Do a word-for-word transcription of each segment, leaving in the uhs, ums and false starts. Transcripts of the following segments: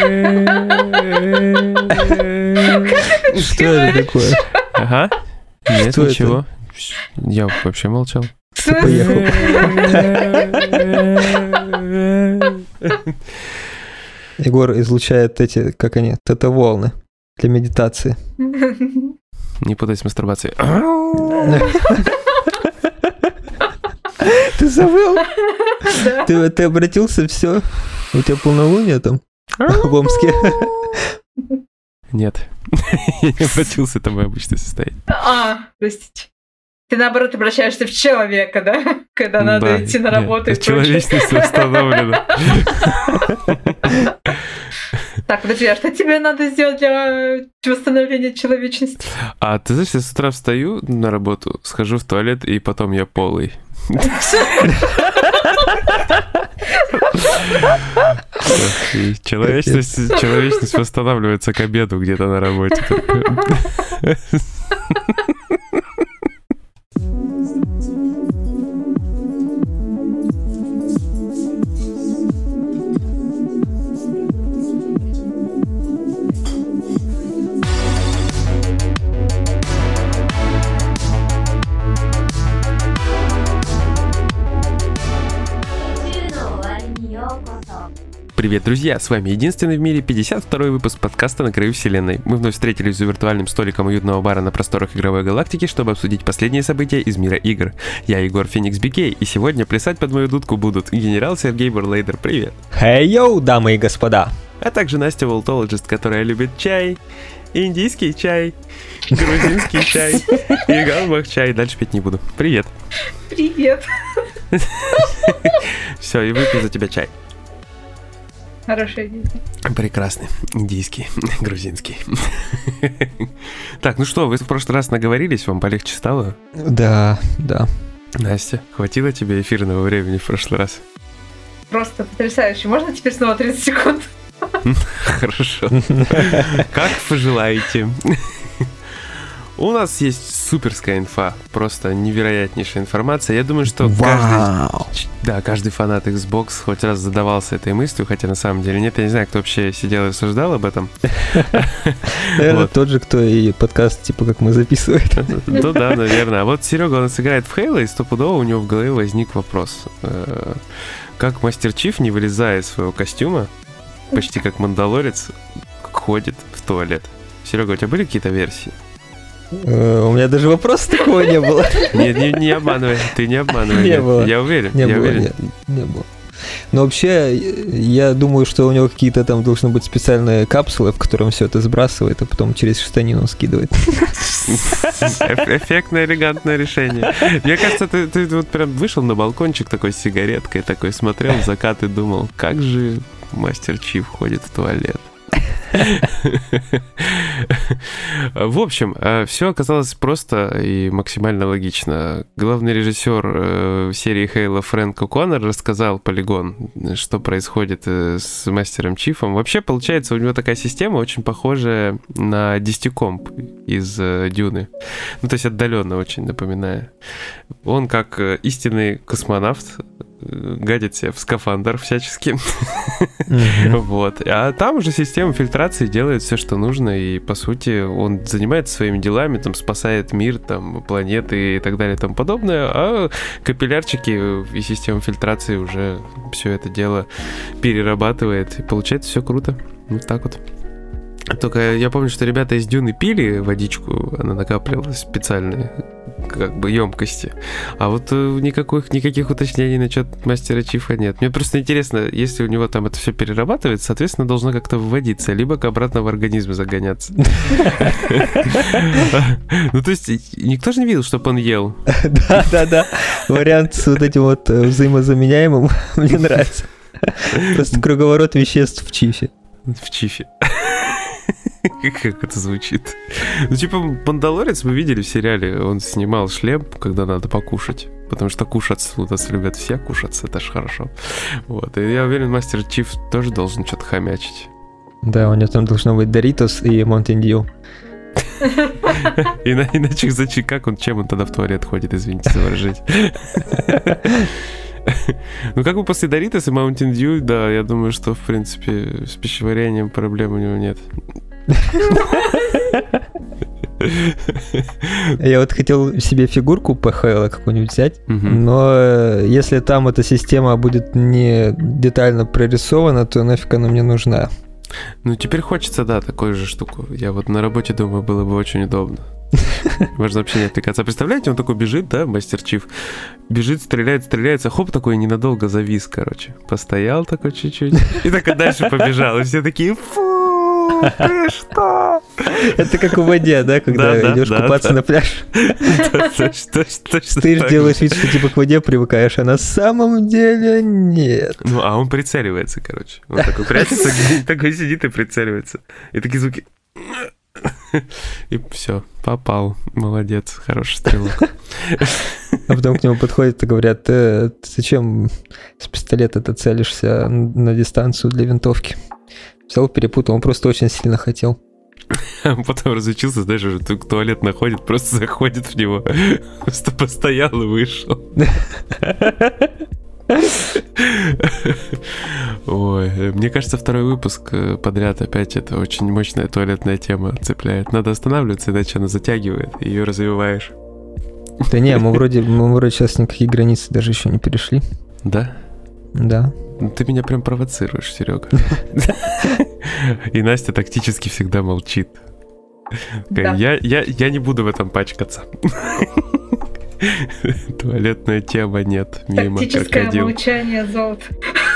Что это такое? Ага. Нет, ничего. Я вообще молчал. Ты поехал. Егор излучает эти, как они, тета-волны для медитации. Не путай с мастурбацией. Ты завыл? Ты, ты обратился, все? У тебя полнолуние там в Омске? Нет. Я не обратился, это мое обычное состояние. А, простите. Ты, наоборот, обращаешься в человека, да? Когда надо Да, идти на нет, работу и прочее. человечность восстановлена. Так, подожди, а что тебе надо сделать для восстановления человечности? А ты знаешь, я с утра встаю на работу, схожу в туалет, и потом я полый. И человечность, человечность восстанавливается к обеду где-то на работе. Привет, друзья! С вами единственный в мире пятьдесят второй выпуск подкаста «На краю вселенной». Мы вновь встретились за виртуальным столиком уютного бара на просторах игровой галактики, чтобы обсудить последние события из мира игр. Я Егор Феникс Бикей, и сегодня плясать под мою дудку будут генерал Сергей Бурлейдер, привет! Хей-йоу, дамы и господа! А также Настя Волтологист, которая любит чай, индийский чай, грузинский чай и галмах чай. Дальше пить не буду. Привет! Привет! Все, и выпью за тебя чай. Хорошая идея. Прекрасный. Индийский, грузинский. Так, ну что, вы в прошлый раз наговорились, вам полегче стало? Да, да. Настя, хватило тебе эфирного времени в прошлый раз? Просто потрясающе. Можно теперь снова тридцать секунд? Хорошо. Как пожелаете. У нас есть суперская инфа, просто невероятнейшая информация. Я думаю, что каждый, да, каждый фанат Xbox хоть раз задавался этой мыслью, хотя на самом деле нет. Я не знаю, кто вообще сидел и рассуждал об этом. Наверное, тот же, кто и подкаст, типа, как мы записываем. Ну да, наверное. А вот Серега, он играет в Halo, и стопудово у него в голове возник вопрос. Как Мастер Чиф, не вылезая из своего костюма, почти как Мандалорец, ходит в туалет? Серега, у тебя были какие-то версии? У меня даже вопроса такого не было. Не, не, не обманывай, ты не обманывай. Не было. Я уверен, не я было, уверен. Нет, не было. Но вообще, я думаю, что у него какие-то там должны быть специальные капсулы, в котором все это сбрасывает, а потом через штанину скидывает. Эффектное, элегантное решение. Мне кажется, ты, ты вот прям вышел на балкончик такой с сигареткой, такой смотрел в закат и думал, как же Мастер Чиф ходит в туалет. В общем, все оказалось просто и максимально логично. Главный режиссер серии Halo Фрэнк О'Коннор рассказал Polygon, что происходит с Мастером Чифом. Вообще, получается, у него такая система, очень похожая на десятикомп из Дюны. Ну, то есть отдаленно очень напоминая. Он, как истинный космонавт, гадит себе в скафандр всячески. Mm-hmm. Вот. А там уже система фильтрации делает все, что нужно, и, по сути, он занимается своими делами, там, спасает мир, там, планеты и так далее и тому подобное, а капиллярчики и система фильтрации уже все это дело перерабатывает, и получается все круто. Вот так вот. Только я помню, что ребята из Дюны пили водичку, она накапливалась в специальной как бы емкости. А вот никаких, никаких уточнений насчет Мастера Чифа нет. Мне просто интересно, если у него там это все перерабатывает, соответственно, должно как-то выводиться, либо обратно в организм загоняться. Ну, то есть, никто же не видел, чтобы он ел. Да-да-да. Вариант с вот этим вот взаимозаменяемым мне нравится. Просто круговорот веществ в Чифе. В Чифе. Как это звучит? Ну, типа, Мандалорец мы видели в сериале, он снимал шлем, когда надо покушать. Потому что кушаться у нас любят все, кушаться, это ж хорошо. Вот, и я уверен, Мастер Чиф тоже должен что-то хомячить. Да, у него там должно быть Доритос и Mountain Dew. Иначе зачем, как он, чем он тогда в туалет ходит, извините за выражение. Ну, как бы после Doritos и Mountain Dew, да, я думаю, что, в принципе, с пищеварением проблем у него нет. Я вот хотел себе фигурку пэ ха эл какую-нибудь взять, угу. но если там эта система будет не детально прорисована, то нафиг она мне нужна. Ну, теперь хочется, да, такую же штуку. Я вот на работе думаю, было бы очень удобно. Можно вообще не отвлекаться. А представляете, он такой бежит, да, мастер Чиф, бежит, стреляет, стреляется, хоп, такой ненадолго завис, короче. Постоял такой чуть-чуть, и так и дальше побежал. И все такие, фу, ты что? Это как в воде, да, когда да, идешь да, купаться да. на пляж. Ты делаешь вид, что типа к воде привыкаешь, а на самом деле нет. Ну, а он прицеливается, короче. Он такой прячется, такой сидит и прицеливается. И такие звуки... И все, попал. Молодец, хороший стрелок. А потом к нему подходят и говорят: ты, ты зачем с пистолета-то целишься на дистанцию для винтовки? Взял, перепутал, он просто очень сильно хотел. А потом разучился, знаешь, уже туалет находит, просто заходит в него. Просто постоял и вышел. Ой, мне кажется, второй выпуск подряд опять это очень мощная туалетная тема цепляет. Надо останавливаться, иначе она затягивает, и ее развиваешь. Да не, мы вроде, мы вроде сейчас никакие границы даже еще не перешли. Да? Да. Ты меня прям провоцируешь, Серега. И Настя тактически всегда молчит. Я, я, я не буду в этом пачкаться. Туалетная тема нет. Мимо тактическое крокодил. Молчание золото.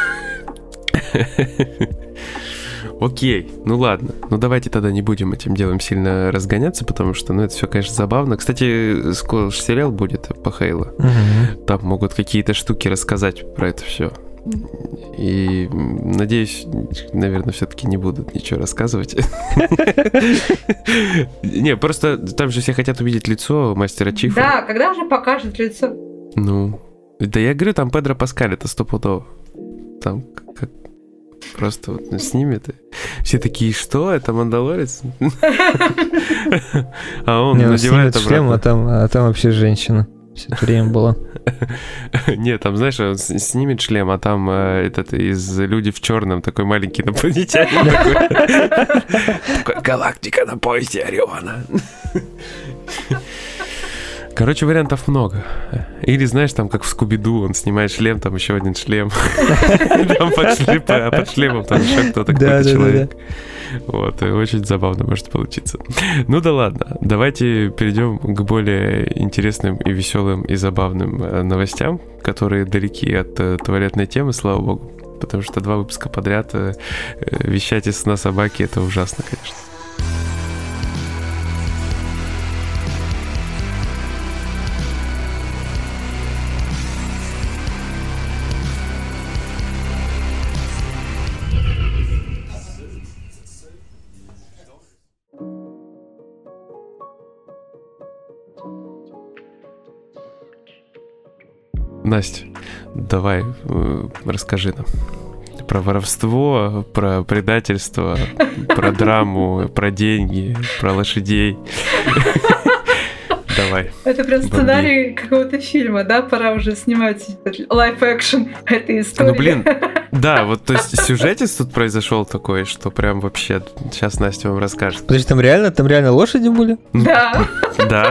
Окей, ну ладно. Ну давайте тогда не будем этим делом сильно разгоняться, потому что, ну, это все, конечно, забавно. Кстати, скоро сериал будет по Хейлу. Угу. Там могут какие-то штуки рассказать про это все. И, надеюсь, наверное, все-таки не будут ничего рассказывать. Не, просто там же все хотят увидеть лицо мастера Чифа. Да, когда же покажет лицо? Ну, да я говорю, там Педро Паскаль, это стопудово. Там как просто вот снимет. Все такие, что? Это Мандалорец? А он надевает шлем, а там вообще женщина. Все это время было. Нет, там, знаешь, он снимет шлем, а там э, этот из «Люди в черном» такой маленький инопланетянин. Такой: галактика на поясе Ориона. Короче, вариантов много. Или, знаешь, там, как в Скуби-Ду, он снимает шлем, там еще один шлем. Там под шлемом там еще кто-то, какой-то человек. Вот, и очень забавно может получиться. Ну да ладно, давайте перейдем к более интересным и веселым и забавным новостям, которые далеки от туалетной темы, слава богу. Потому что два выпуска подряд вещать из сна собаки — это ужасно, конечно. Настя, давай, расскажи нам про воровство, про предательство, про драму, про деньги, про лошадей. Давай. Это прям сценарий какого-то фильма, да? Пора уже снимать лайв-экшн этой истории. Ну, блин, да, вот, то есть сюжетец тут произошел такой, что прям вообще сейчас Настя вам расскажет. Подожди, там реально, там реально лошади были? Да. Да.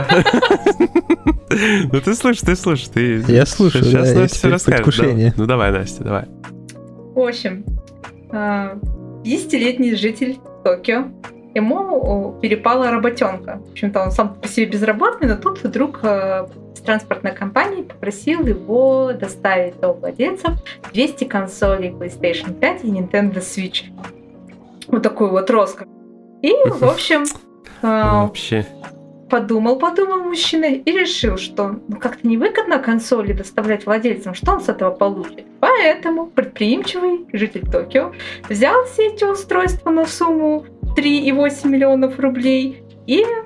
Ну ты слушай, ты слушай, ты... Я слушаю, сейчас да, Настя все расскажет. Ну давай, Настя, давай. В общем, десятилетний житель Токио, ему перепала работенка. В общем-то, он сам по себе безработный, но тут вдруг с транспортной компании попросил его доставить до владельцев двести консолей PlayStation пять и Nintendo Switch. Вот такой вот роскошь. И, в общем, вообще... подумал, подумал мужчина и решил, что ну, как-то невыгодно консоли доставлять владельцам, что он с этого получит. Поэтому предприимчивый житель Токио взял все эти устройства на сумму три и восемь миллионов рублей и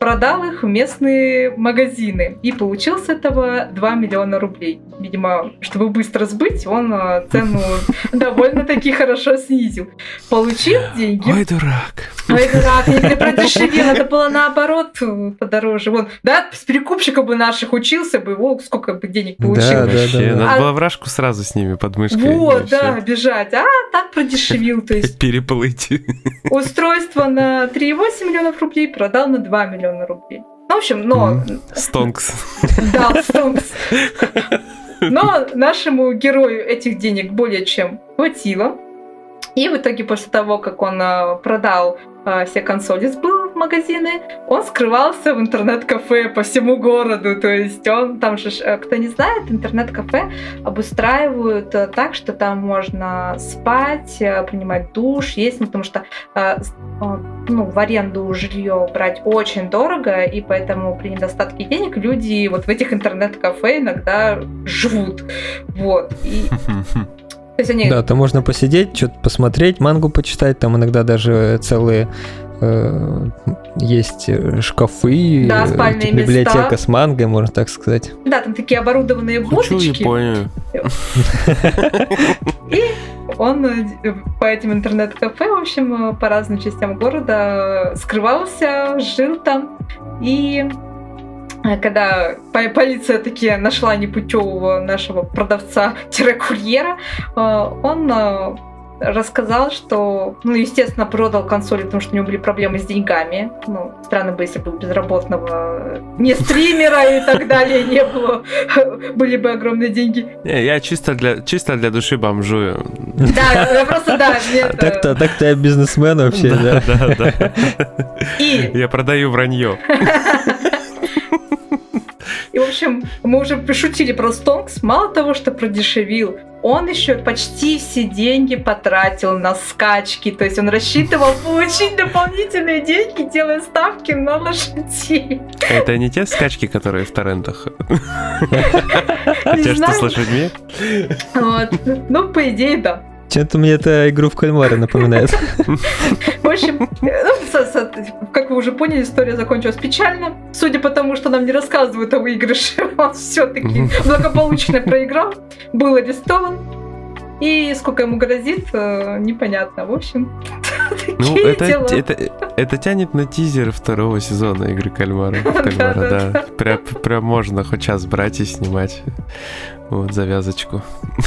продал их в местные магазины и получил с этого два миллиона рублей. Видимо, чтобы быстро сбыть, он цену довольно-таки хорошо снизил. Получил деньги. Ой, дурак. Ой, дурак, не продешевил, это было наоборот подороже. Вон, да, с перекупщиков бы наших учился бы, о, сколько бы денег получил. Да, да, Вообще, да, да. надо А- было вражку сразу с ними под мышкой. Вот, и да, всё. бежать. А так продешевил. То есть Переплыть. устройство на три и восемь миллионов рублей продал на два миллиона рублей. Ну, в общем, но... Стонкс. Да, стонкс. Но нашему герою этих денег более чем хватило. И в итоге, после того, как он а, продал а, все консоли, сбыл в магазины, он скрывался в интернет-кафе по всему городу. То есть он там же, ж, кто не знает, интернет-кафе обустраивают а, так, что там можно спать, а, принимать душ, есть, ну, потому что а, с- а, ну, в аренду жилье брать очень дорого, и поэтому при недостатке денег люди вот в этих интернет-кафе иногда живут. Вот. И, то есть они... Да, там можно посидеть, что-то посмотреть, мангу почитать, там иногда даже целые э, есть э, шкафы, Да, э, спальные типа библиотека места. с мангой, можно так сказать. Да, там такие оборудованные Хочу будочки. Японию. И он э, по этим интернет-кафе, в общем, э, по разным частям города э, скрывался, жил там. И э, когда по- полиция таки нашла непутевого нашего продавца-курьера, э, он э, рассказал, что, ну, естественно, продал консоли, потому что у него были проблемы с деньгами. Ну, странно бы, если бы у безработного не стримера и так далее не было, были бы огромные деньги. Не, я чисто для, чисто для души бомжую. Да, я просто, да, нет. А так-то, а так-то я бизнесмен вообще, да. Да, да. И, Я продаю вранье. и, в общем, мы уже пошутили про Стонкс. Мало того, что продешевил, он еще почти все деньги потратил на скачки. То есть он рассчитывал получить дополнительные деньги, делая ставки на лошадей. Это не те скачки, которые в торрентах? А Не те, что знаю. с лошадьми? Вот. Ну, по идее, да. Что-то мне это игру в кальмара напоминает. В общем, ну, со- со- как вы уже поняли, история закончилась печально. Судя по тому, что нам не рассказывают о выигрыше, он все-таки благополучно проиграл, был арестован. И сколько ему грозит, э, непонятно. В общем, Ну, такие это, дела. это, это тянет на тизер второго сезона игры кальмара. Кальмара, Да-да-да. да. Прям, прям можно хоть час брать и снимать. Вот, завязочку.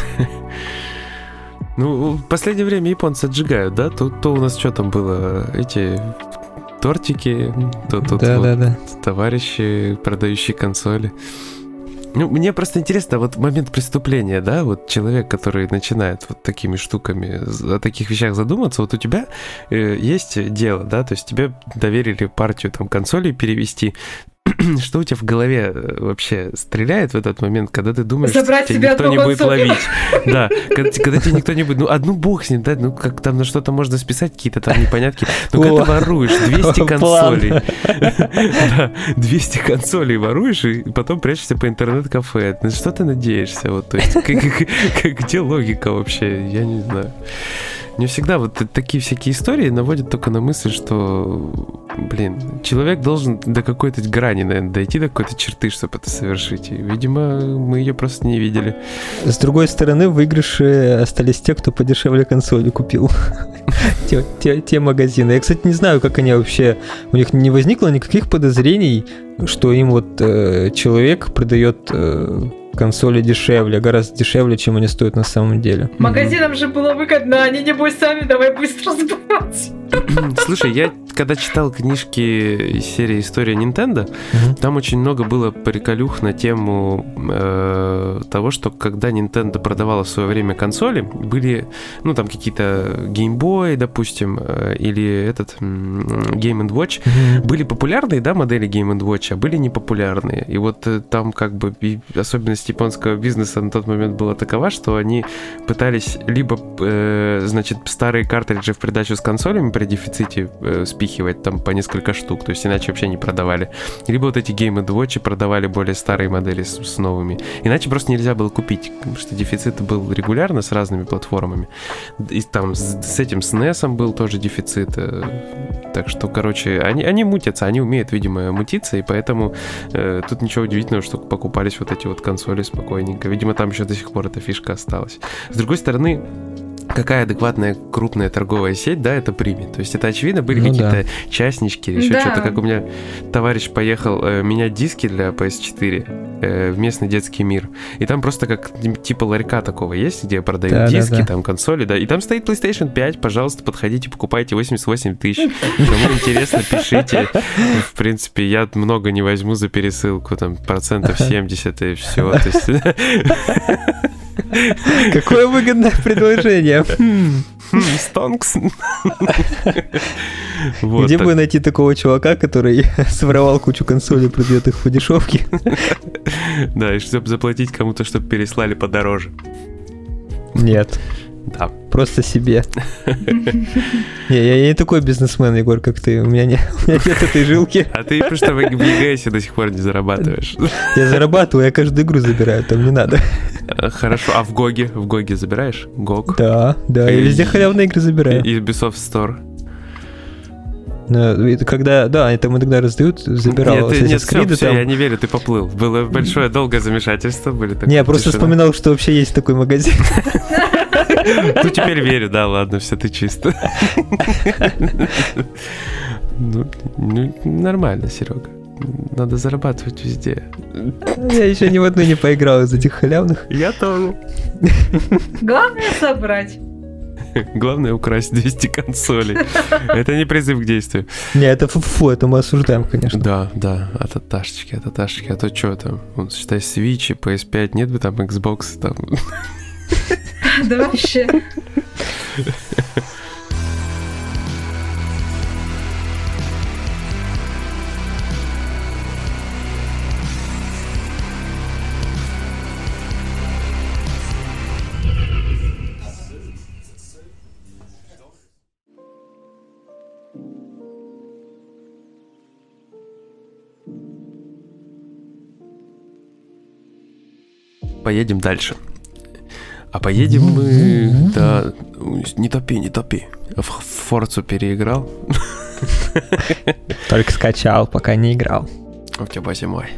Ну, в последнее время японцы отжигают, да? То, то у нас что там было? Эти тортики, то тут вот Да-да-да. товарищи, продающие консоли. Ну, мне просто интересно, вот момент преступления, да, вот человек, который начинает вот такими штуками, о таких вещах задуматься, вот у тебя э, есть дело, да, то есть тебе доверили партию там консолей перевести. Что у тебя в голове э, вообще стреляет в этот момент, когда ты думаешь, Забрать что себе тебя никто одну не будет консоль. ловить? Да, когда, когда тебя никто не будет, ну, одну бог с ним, да, ну, как там на что-то можно списать, какие-то там непонятки. Ну, когда О, ты воруешь двести план. консолей, да, двести консолей воруешь, и потом прячешься по интернет-кафе. На что ты надеешься? Вот, то есть, как- как- как- где логика вообще? Я не знаю. Мне всегда вот такие всякие истории наводят только на мысль, что, блин, человек должен до какой-то грани, наверное, дойти до какой-то черты, чтобы это совершить. И, видимо, мы ее просто не видели. С другой стороны, в выигрыше остались те, кто подешевле консоли купил. Те, те- те магазины. Я, кстати, не знаю, как они вообще... У них не возникло никаких подозрений, что им вот э, человек продает э, консоли дешевле, гораздо дешевле, чем они стоят на самом деле. Магазинам же было выгодно, они, небось, сами давай быстро сбывать. Слушай, я когда читал книжки из серии «История Nintendo», Мгм. там очень много было приколюх на тему э, того, что когда Nintendo продавала в свое время консоли, были, ну, там какие-то Game Boy, допустим, э, или этот м, Game энд Watch, Мгм. были популярные, да, модели Game энд Watch, а были непопулярные. И вот э, там как бы и особенность японского бизнеса на тот момент была такова, что они пытались либо, э, значит, старые картриджи в придачу с консолями при дефиците э, спихивать, впихивать там по несколько штук, то есть иначе вообще не продавали. Либо вот эти Game энд Watch продавали более старые модели с, с новыми. Иначе просто нельзя было купить, потому что дефицит был регулярно с разными платформами. И там с, с этим с эн и эс был тоже дефицит. Так что, короче, они, они мутятся, они умеют, видимо, мутиться, и поэтому э, тут ничего удивительного, что покупались вот эти вот консоли спокойненько. Видимо, там еще до сих пор эта фишка осталась. С другой стороны, какая адекватная крупная торговая сеть, да, это примет. То есть это, очевидно, были ну, какие-то да. частнички или еще да. что-то, как у меня товарищ поехал э, менять диски для пи эс четыре э, в местный детский мир. И там просто как типа ларька такого есть, где продают да, диски, да, да. там консоли, да. И там стоит PlayStation пять, пожалуйста, подходите, покупайте восемьдесят восемь тысяч. Кому интересно, пишите. В принципе, я много не возьму за пересылку, там, процентов семьдесят и все. То есть... Какое выгодное предложение. Стонкс. Где бы найти такого чувака, который своровал кучу консолей, продает их по дешевке? Да, и чтобы заплатить кому-то, чтобы переслали подороже. Нет. Да. Просто себе. Не, я не такой бизнесмен, Егор, как ты. У меня, не, у меня нет этой жилки. А ты просто в и джи эс до сих пор не зарабатываешь. Я зарабатываю, я каждую игру забираю, там не надо. Хорошо, а в Гоге? В Гоге забираешь? Гог? Да, да, я везде халявные игры забираю. И Ubisoft Store? Когда, да, они там иногда раздают, забирал. Нет, нет, все, все, я не верю, ты поплыл. Было большое долгое замешательство. Были не, я просто вспоминал, что вообще есть такой магазин. Ну, теперь верю, да, ладно, все, ты чисто. Ну, ну, нормально, Серега. Надо зарабатывать везде. Я еще ни в одну не поиграл из этих халявных. Я тоже. Главное собрать. Главное украсть двести консолей. Это не призыв к действию. Не, это фу-фу, это мы осуждаем, конечно. Да, да, а таташечки, а таташечки, а то что там? Вот, считай, Switch, пи эс пять, нет бы там Xbox, там... Да вообще. Поедем дальше. А поедем мы... Да, не топи, не топи. В Форцу переиграл. Только скачал, пока не играл. У тебя базя мой.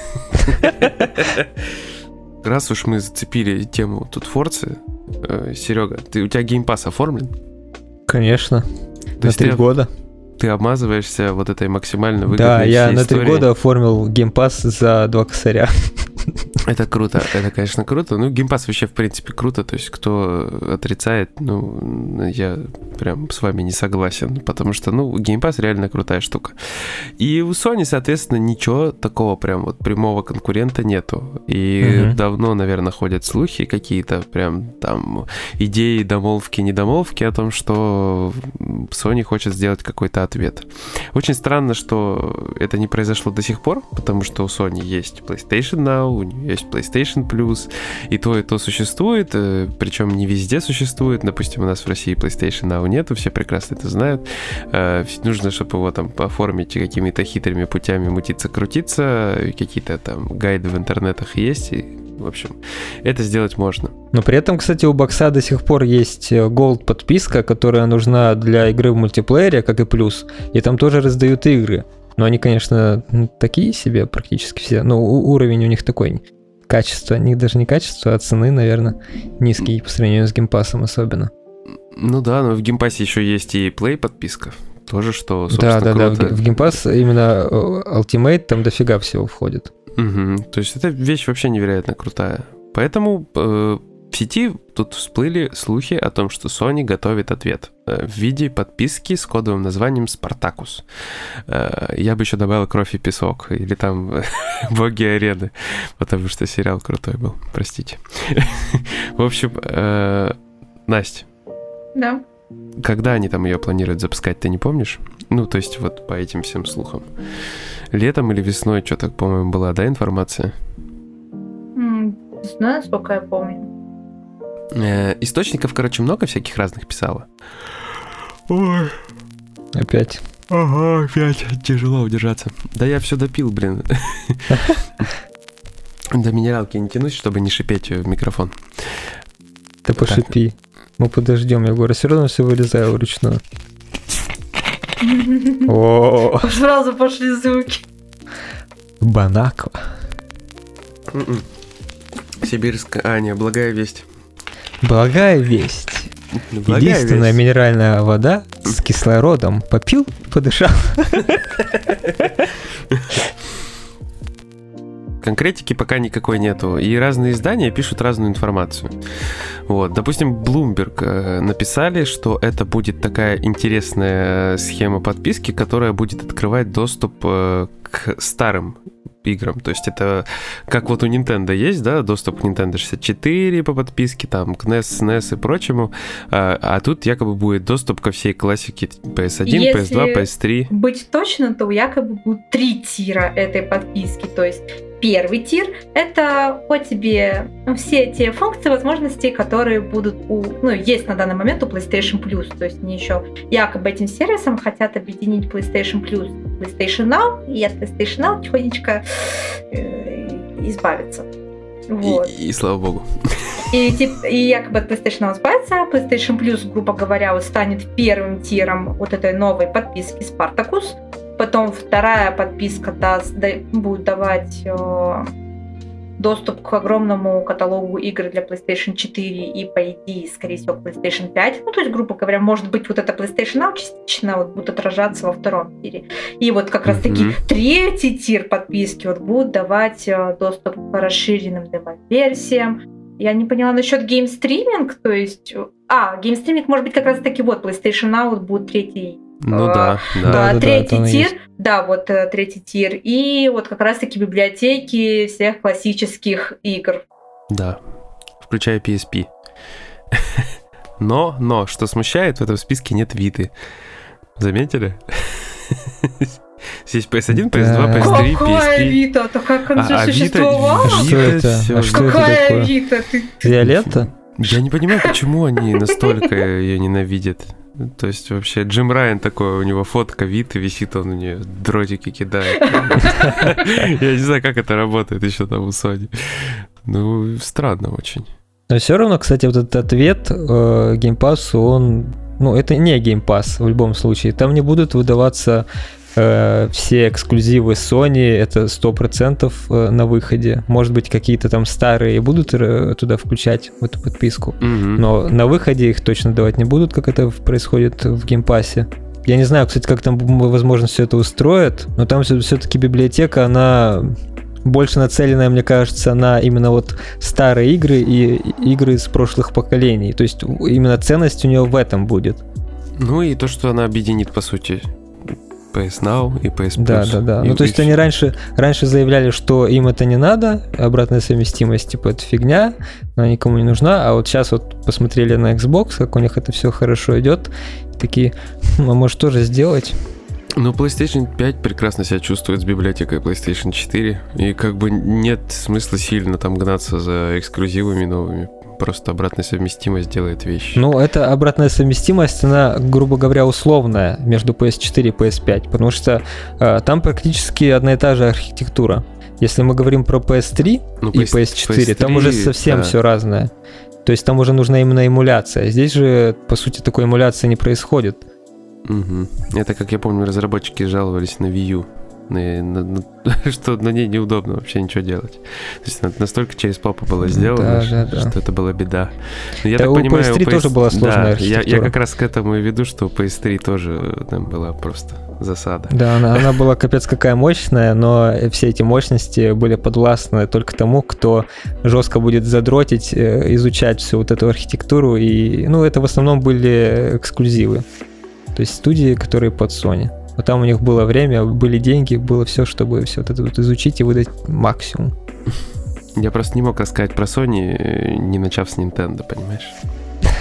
Раз уж мы зацепили тему тут Форцы, Серега, ты, у тебя геймпасс оформлен? Конечно. На три года. Ты обмазываешься вот этой максимально выгодной Да, я на истории. три года оформил геймпасс за два косаря. Это круто, это, конечно, круто. Ну, геймпасс вообще, в принципе, круто. То есть, кто отрицает, ну, я прям с вами не согласен. Потому что, ну, геймпасс реально крутая штука. И у Sony, соответственно, ничего такого прям вот прямого конкурента нету. И mm-hmm. давно, наверное, ходят слухи какие-то прям там идеи, домолвки, недомолвки о том, что Sony хочет сделать какой-то ответ. Очень странно, что это не произошло до сих пор, потому что у Sony есть PlayStation Now, у нее есть PlayStation Plus, и то, и то существует, причем не везде существует. Допустим, у нас в России PlayStation Now нету, все прекрасно это знают. Нужно, чтобы его там оформить какими-то хитрыми путями, мутиться, крутиться, какие-то там гайды в интернетах есть, и, в общем, это сделать можно. Но при этом, кстати, у бокса до сих пор есть Gold подписка, которая нужна для игры в мультиплеере, как и плюс, и там тоже раздают игры. Но они, конечно, такие себе практически все. Но уровень у них такой. Качество, у них даже не качество, а цены, наверное, низкие по сравнению с геймпассом особенно. Ну да, но в геймпассе еще есть и Play подписка. Тоже, что, собственно, да, да, круто. Да, в геймпасс именно Ultimate там дофига всего входит. Угу. То есть эта вещь вообще невероятно крутая. Поэтому э, в сети тут всплыли слухи о том, что Sony готовит ответ э, в виде подписки с кодовым названием Spartacus. Э, я бы еще добавил Кровь и песок или там Боги арены, потому что сериал крутой был, простите. В общем, э, Настя. Да. Когда они там ее планируют запускать, ты не помнишь? Ну, то есть вот по этим всем слухам. Летом или весной, что-то, по-моему, была, да, информация? Не знаю, сколько я помню. Э, источников, короче, много всяких разных писало. Ой. Опять. Ага, опять. Тяжело удержаться. Да я все допил, блин. До минералки не тянусь, чтобы не шипеть в микрофон. Ты пошипи. Мы подождем, я говорю, все равно все вырезаю вручную. О, Сразу пошли звуки. Бонаква. Сибирская... А, не, благая весть. Благая весть. Благая Единственная весть. минеральная вода с кислородом. Попил, подышал. Конкретики пока никакой нету, и разные издания пишут разную информацию. Вот, допустим, Bloomberg написали, что это будет такая интересная схема подписки, которая будет открывать доступ к старым играм. То есть это как вот у Nintendo есть, да, доступ к Nintendo шестьдесят четыре по подписке, там, к эн и эс, эс эн и эс и прочему, а, а тут якобы будет доступ ко всей классике пи эс один, Если пи эс два, пи эс три. Быть точно, то якобы будут три тира этой подписки, то есть первый тир — это по тебе все те функции, возможности, которые будут у, ну, есть на данный момент у PlayStation Plus. То есть они еще якобы этим сервисом хотят объединить PlayStation Plus, PlayStation Now, и от PlayStation Now тихонечко э, избавиться. Вот. И, и слава богу. И, тип, и якобы от PlayStation Now избавиться, PlayStation Plus, грубо говоря, вот станет первым тиром вот этой новой подписки Spartacus. Потом вторая подписка даст, да, будет давать э, доступ к огромному каталогу игр для PlayStation четыре и, по идее, скорее всего, PlayStation пять. Ну, то есть, грубо говоря, может быть, вот эта PlayStation Now частично вот будет отражаться во втором тире. И вот как раз-таки mm-hmm. третий тир подписки вот будет давать э, доступ к расширенным демо-версиям. Я не поняла насчет геймстриминг, то есть... А, геймстриминг, может быть, как раз-таки вот PlayStation Now вот будет третий. Ну да, да. Да, да, третий да, тир, да, вот третий тир, и вот как раз-таки библиотеки всех классических игр. Да, включая пи эс пи. Но, но, что смущает, в этом списке нет Виты. Заметили? Здесь пи эс один, пи эс два, пи эс три, пи эс пи. Какая Вита? То как она А, а существовала? Vita- Что Vita это? всё А же. что это Какая такое? Вита? Ты... Виолетта? Я не понимаю, почему они настолько ее ненавидят. То есть вообще Джим Райан такой, у него фотка Виты висит, он у нее дротики кидает. Я не знаю, как это работает еще там у Sony. Ну, странно очень. Но все равно, кстати, вот этот ответ э, геймпассу, он... Ну, это не геймпасс в любом случае. Там не будут выдаваться э, все эксклюзивы Sony, это сто процентов э, на выходе. Может быть, какие-то там старые будут э, туда включать в эту подписку. Mm-hmm. Но на выходе их точно давать не будут, как это происходит в геймпассе. Я не знаю, кстати, как там, возможно, все это устроят, но там все-таки библиотека, она... больше нацеленная, мне кажется, на именно вот старые игры и игры из прошлых поколений. То есть именно ценность у нее в этом будет. Ну и то, что она объединит, по сути, пи эс Now и пи эс Plus. Да, да, да. Ну, то есть они раньше, раньше заявляли, что им это не надо, обратная совместимость, типа, это фигня, она никому не нужна, а вот сейчас вот посмотрели на Xbox, как у них это все хорошо идет, и такие, а может тоже сделать? Ну, PlayStation пять прекрасно себя чувствует с библиотекой PlayStation четыре, и как бы нет смысла сильно там гнаться за эксклюзивами новыми. Просто обратная совместимость делает вещи. Ну, это обратная совместимость, она, грубо говоря, условная между пи эс четыре и пи эс пять, потому что э, там практически одна и та же архитектура. Если мы говорим про пи эс три ну, и пи эс четыре, пи эс три, там уже совсем да. все разное. То есть там уже нужна именно эмуляция. Здесь же, по сути, такой эмуляции не происходит. Угу. Это, как я помню, разработчики жаловались на Wii U, на, на, на, что на ней неудобно вообще ничего делать. То есть настолько через папу было сделано, да, да, что да. это была беда. Но я да, так у понимаю, пи эс три у пи эс... тоже была сложная да, архитектура. Я, я как раз к этому и веду, что у пи эс три тоже там была просто засада. Да, она, она была капец какая мощная, но все эти мощности были подвластны только тому, кто жестко будет задротить, изучать всю вот эту архитектуру. И, ну, это в основном были эксклюзивы. То есть студии, которые под Sony. Вот там у них было время, были деньги, было все, чтобы все это вот изучить и выдать максимум. Я просто не мог рассказать про Sony, не начав с Nintendo, понимаешь?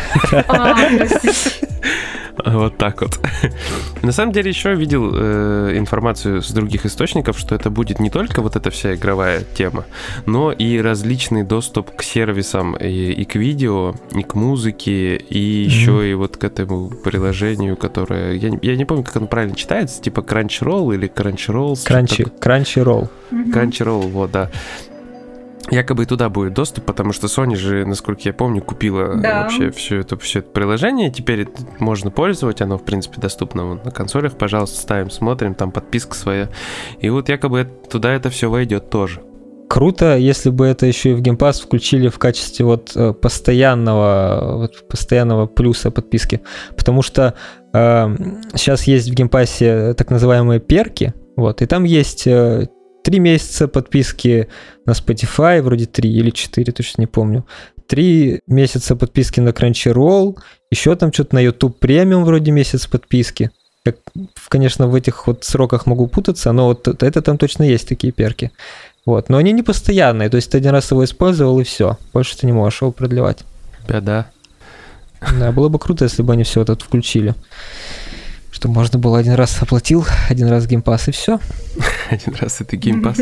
А, простите. Вот так вот. На самом деле еще видел э, информацию с других источников, что это будет не только вот эта вся игровая тема, но и различный доступ к сервисам и, и к видео, и к музыке, и mm-hmm. еще и вот к этому приложению, которое... Я, я не помню, как оно правильно читается, типа Crunchyroll или Crunchyroll. Crunchy, Crunchyroll. Mm-hmm. Crunchyroll, вот, да. Якобы и туда будет доступ, потому что Sony же, насколько я помню, купила да. вообще все это, все это приложение. Теперь это можно пользовать, оно, в принципе, доступно вот на консолях. Пожалуйста, ставим, смотрим, там подписка своя. И вот якобы туда это все войдет тоже. Круто, если бы это еще и в Game Pass включили в качестве вот постоянного, вот постоянного плюса подписки. Потому что э, сейчас есть в Game Pass так называемые перки, вот, и там есть... Э, Три месяца подписки на Spotify, вроде три или четыре, точно не помню. Три месяца подписки на Crunchyroll, еще там что-то на YouTube Premium вроде месяц подписки. Как, конечно, в этих вот сроках могу путаться, но вот это там точно есть такие перки. Вот. Но они не постоянные, то есть ты один раз его использовал и все. Больше ты не можешь его продлевать. Да. Да, было бы круто, если бы они все это включили. Что можно было один раз оплатил, один раз Game Pass и все. Один раз это Game Pass.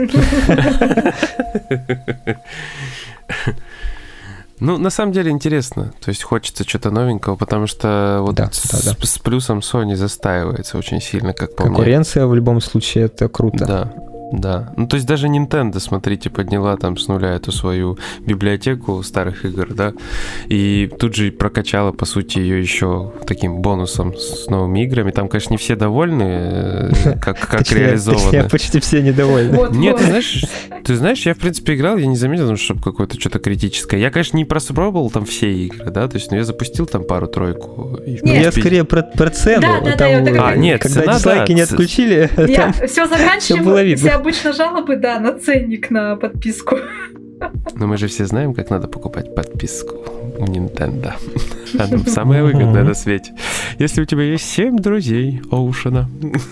Ну, на самом деле интересно. То есть хочется что-то новенького, потому что вот да, с, да, да. с плюсом Sony застаивается очень сильно, как по мне. Конкуренция в любом случае это круто. Да. Да, ну то есть даже Nintendo, смотрите, подняла там с нуля эту свою библиотеку старых игр, да, и тут же прокачала, по сути, ее еще таким бонусом с новыми играми. Там, конечно, не все довольны, как, как реализованы. Почти все недовольны. Нет, ты знаешь, ты знаешь, я, в принципе, играл, я не заметил, чтобы какое-то что-то критическое. Я, конечно, не пробовал там все игры, да, то есть, ну, я запустил там пару-тройку. Ну, я скорее про, про цену. Да, да, там, да, а, нет, когда цена, дизлайки да, не отключили, нет, там все заканчиваем, было видно. Обычно жалобы, да, на ценник на подписку. Но мы же все знаем, как надо покупать подписку у Nintendo. Она самая выгодная на свете. Если у тебя есть семь друзей Оушена.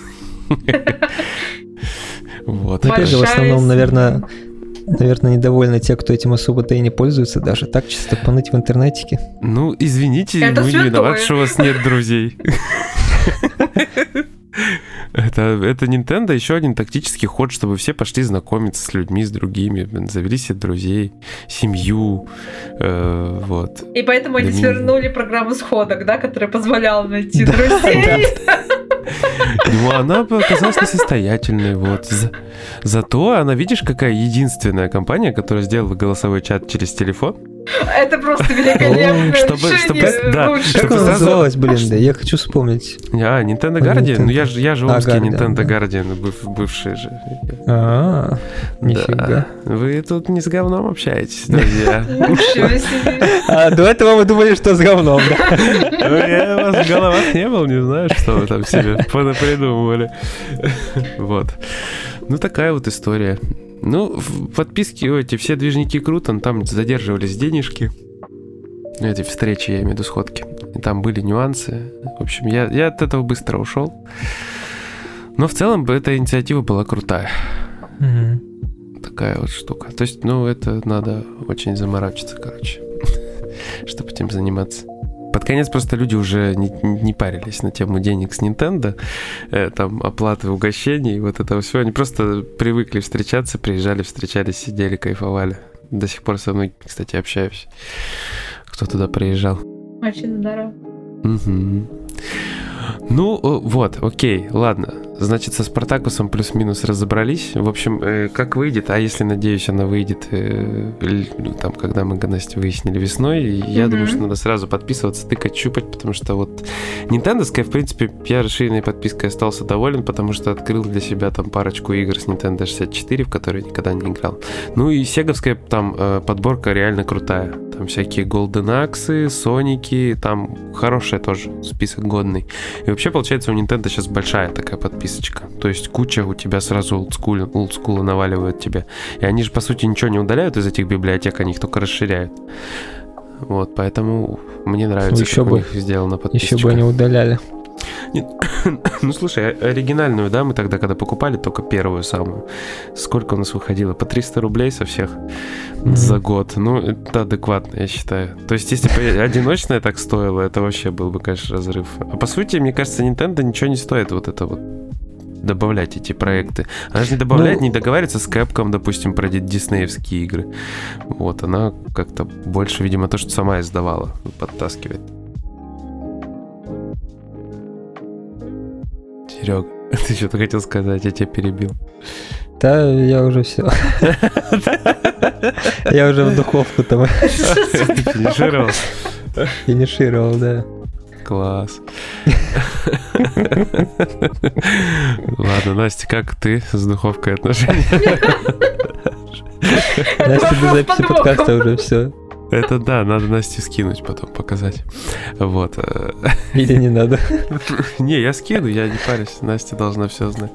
Вот. Опять же, в основном, наверное, наверное, недовольны те, кто этим особо-то и не пользуется, даже так чисто поныть в интернетике. Ну, извините, это мы святое. Не виноваты, что у вас нет друзей. Это, это Nintendo еще один тактический ход, чтобы все пошли знакомиться с людьми, с другими, завели себе друзей, семью, э, вот. И поэтому они да свернули не... программу сходок, да, которая позволяла найти друзей. Ну, она оказалась несостоятельной, вот. За, зато она, видишь, какая единственная компания, которая сделала голосовой чат через телефон. Это просто великолепное чтобы, решение. Чтобы, да, как оно называлось, блин, да, я хочу вспомнить. А, Nintendo Guardian? Ну, я же я же омский а, Nintendo да. Guardian, быв, бывший же. А, нифига. Да. Вы тут не с говном общаетесь, друзья. А до этого вы думали, что с говном, да? Я у вас в головах не был, не знаю, что вы там себе понапридумывали. Вот. Ну, такая вот история. Ну, подписки, эти все движники круто, там задерживались денежки. Эти встречи, я имею в виду сходки. И там были нюансы. В общем, я, я от этого быстро ушел. Но в целом эта инициатива была крутая. Mm-hmm. Такая вот штука. То есть, ну, это надо очень заморачиваться, короче, чтобы этим заниматься. Под конец просто люди уже не, не парились на тему денег с Nintendo, э, там, оплаты угощений, вот этого всего. Они просто привыкли встречаться, приезжали, встречались, сидели, кайфовали. До сих пор со мной, кстати, общаюсь. Кто туда приезжал. Очень здорово. Угу. Ну, вот, окей, ладно. Значит, со Спартакусом плюс-минус разобрались. В общем, э, как выйдет, а если, надеюсь, она выйдет, э, там, когда мы годность выяснили весной, я mm-hmm. думаю, что надо сразу подписываться, тыкать, щупать, потому что вот нинтендовская, в принципе, я расширенной подпиской остался доволен, потому что открыл для себя там парочку игр с Nintendo шестьдесят четыре, в которые никогда не играл. Ну и сеговская там э, подборка реально крутая. Там всякие Golden Axe, Соники, там хорошая тоже, список годный. И вообще, получается, у Nintendo сейчас большая такая подписочка. То есть куча у тебя сразу олдскула, олдскула наваливают тебе. И они же, по сути, ничего не удаляют из этих библиотек, они их только расширяют. Вот, поэтому мне нравится, еще как бы, у них сделана подписочка. Еще бы они удаляли. Нет, Ну, слушай, оригинальную, да, мы тогда, когда покупали только первую самую, сколько у нас выходило? По триста рублей со всех mm-hmm. за год. Ну, это адекватно, я считаю. То есть, если бы одиночная так стоила, это вообще был бы, конечно, разрыв. А по сути, мне кажется, Nintendo ничего не стоит вот это вот добавлять эти проекты. Она же не добавляет, ну, не договаривается с Capcom, допустим, про диснеевские игры. Вот, она как-то больше, видимо, то, что сама издавала, подтаскивает. Серег, ты что-то хотел сказать, я тебя перебил. Да, я уже все. Я уже в духовку там. Финишировал? Финишировал, да. Класс. Ладно, Настя, как ты с духовкой отношения? Настя, до записи подкаста уже все. Это да, надо Насте скинуть потом, показать. Вот. Или не надо? Не, я скину, я не парюсь. Настя должна все знать.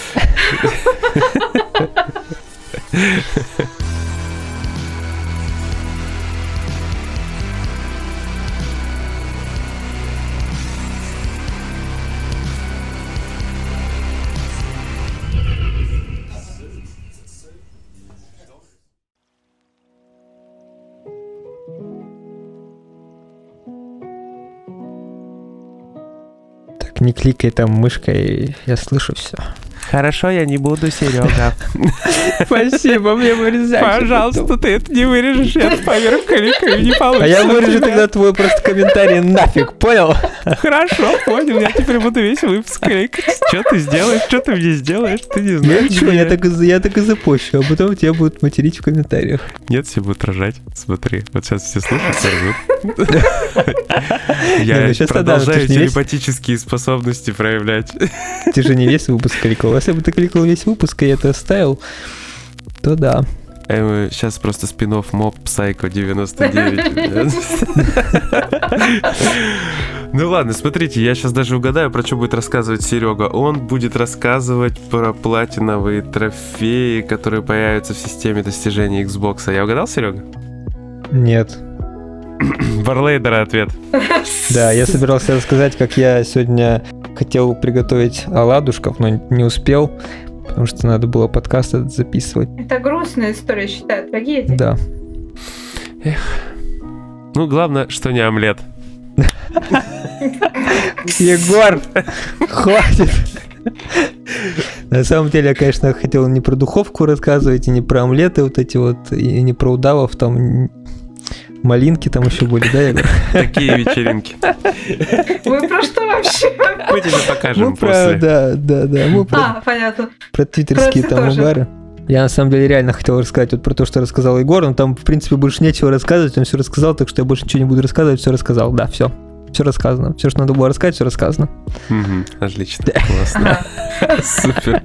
Не кликай там мышкой, я слышу все. Хорошо, я не буду, Серега. Спасибо, мне вырезать. Пожалуйста, ты это не вырежешь, я поверх кликаю, не получится. А я вырежу тогда твой просто комментарий нафиг, понял? Хорошо, понял, я теперь буду весь выпуск кликать. Что ты сделаешь, что ты мне сделаешь, ты не знаешь. Ничего, я так, я так и запущу, а потом тебя будут материть в комментариях. Нет, все будут рожать, смотри. Вот сейчас все слушают, ржут. Я продолжаю телепатические способности проявлять. Ты же не весь выпуск кликал. Если бы ты кликал весь выпуск и это оставил, то да. Сейчас просто спин-офф Mob Psycho девяносто девять. Ну ладно, смотрите, я сейчас даже угадаю, про что будет рассказывать Серега. Он будет рассказывать про платиновые трофеи, которые появятся в системе достижений Xbox. Я угадал, Серега? Нет. Варлейдера ответ. Да, я собирался рассказать, как я сегодня хотел приготовить оладушков, но не успел, потому что надо было подкаст этот записывать. Это грустная история, считаю, трагедия. Да. Эх. Ну, главное, что не омлет. Егор, хватит. На самом деле, я, конечно, хотел не про духовку рассказывать, и не про омлеты вот эти вот, и не про удавов, там малинки там еще были, да, Егор? Такие вечеринки. Вы про что вообще? Мы тебе покажем мы после. Про, да, да, да. Мы про, а, понятно. Про твиттерские Просто там тоже. угары. Я на самом деле реально хотел рассказать вот про то, что рассказал Егор, но там, в принципе, больше нечего рассказывать, он все рассказал, так что я больше ничего не буду рассказывать, все рассказал. Да, все. Все рассказано. Все, что надо было рассказать, все рассказано. Угу, отлично, классно. Супер.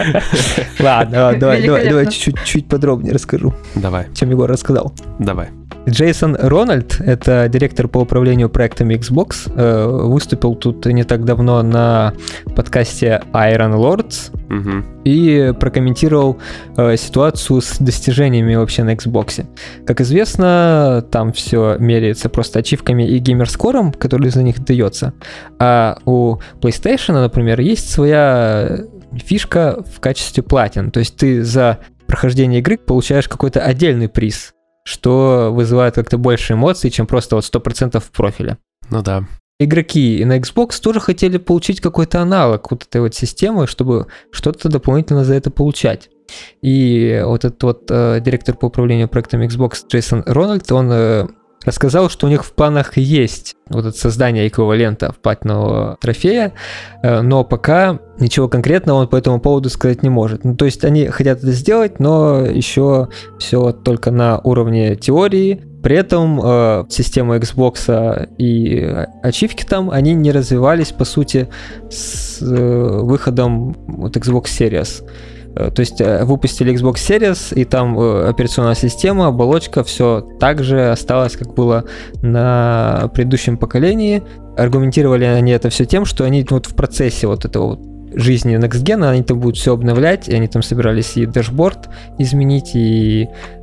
Ладно, давай, давай, давай чуть-чуть подробнее расскажу. Давай. Чем Егор рассказал. Давай. Джейсон Рональд, это директор по управлению проектами Xbox, выступил тут не так давно на подкасте Iron Lords угу. и прокомментировал ситуацию с достижениями вообще на Xbox. Как известно, там все меряется просто ачивками и геймерскором, который за них дается. А у PlayStation, например, есть своя фишка в качестве платин. То есть ты за прохождение игры получаешь какой-то отдельный приз, что вызывает как-то больше эмоций, чем просто вот сто процентов профиля. Ну да. Игроки на Xbox тоже хотели получить какой-то аналог вот этой вот системы, чтобы что-то дополнительно за это получать. И вот этот вот э, директор по управлению проектами Xbox Джейсон Рональд, он э, рассказал, что у них в планах есть вот это создание эквивалента платинового трофея, э, но пока ничего конкретного он по этому поводу сказать не может. Ну, то есть они хотят это сделать, но еще все только на уровне теории. При этом э, система Xbox и ачивки там, они не развивались, по сути, с э, выходом вот Xbox Series. Э, то есть э, выпустили Xbox Series, и там э, операционная система, оболочка, все так же осталось, как было на предыдущем поколении. Аргументировали они это все тем, что они вот в процессе вот этого вот жизни Next Gen, они там будут все обновлять, и они там собирались и дашборд изменить, и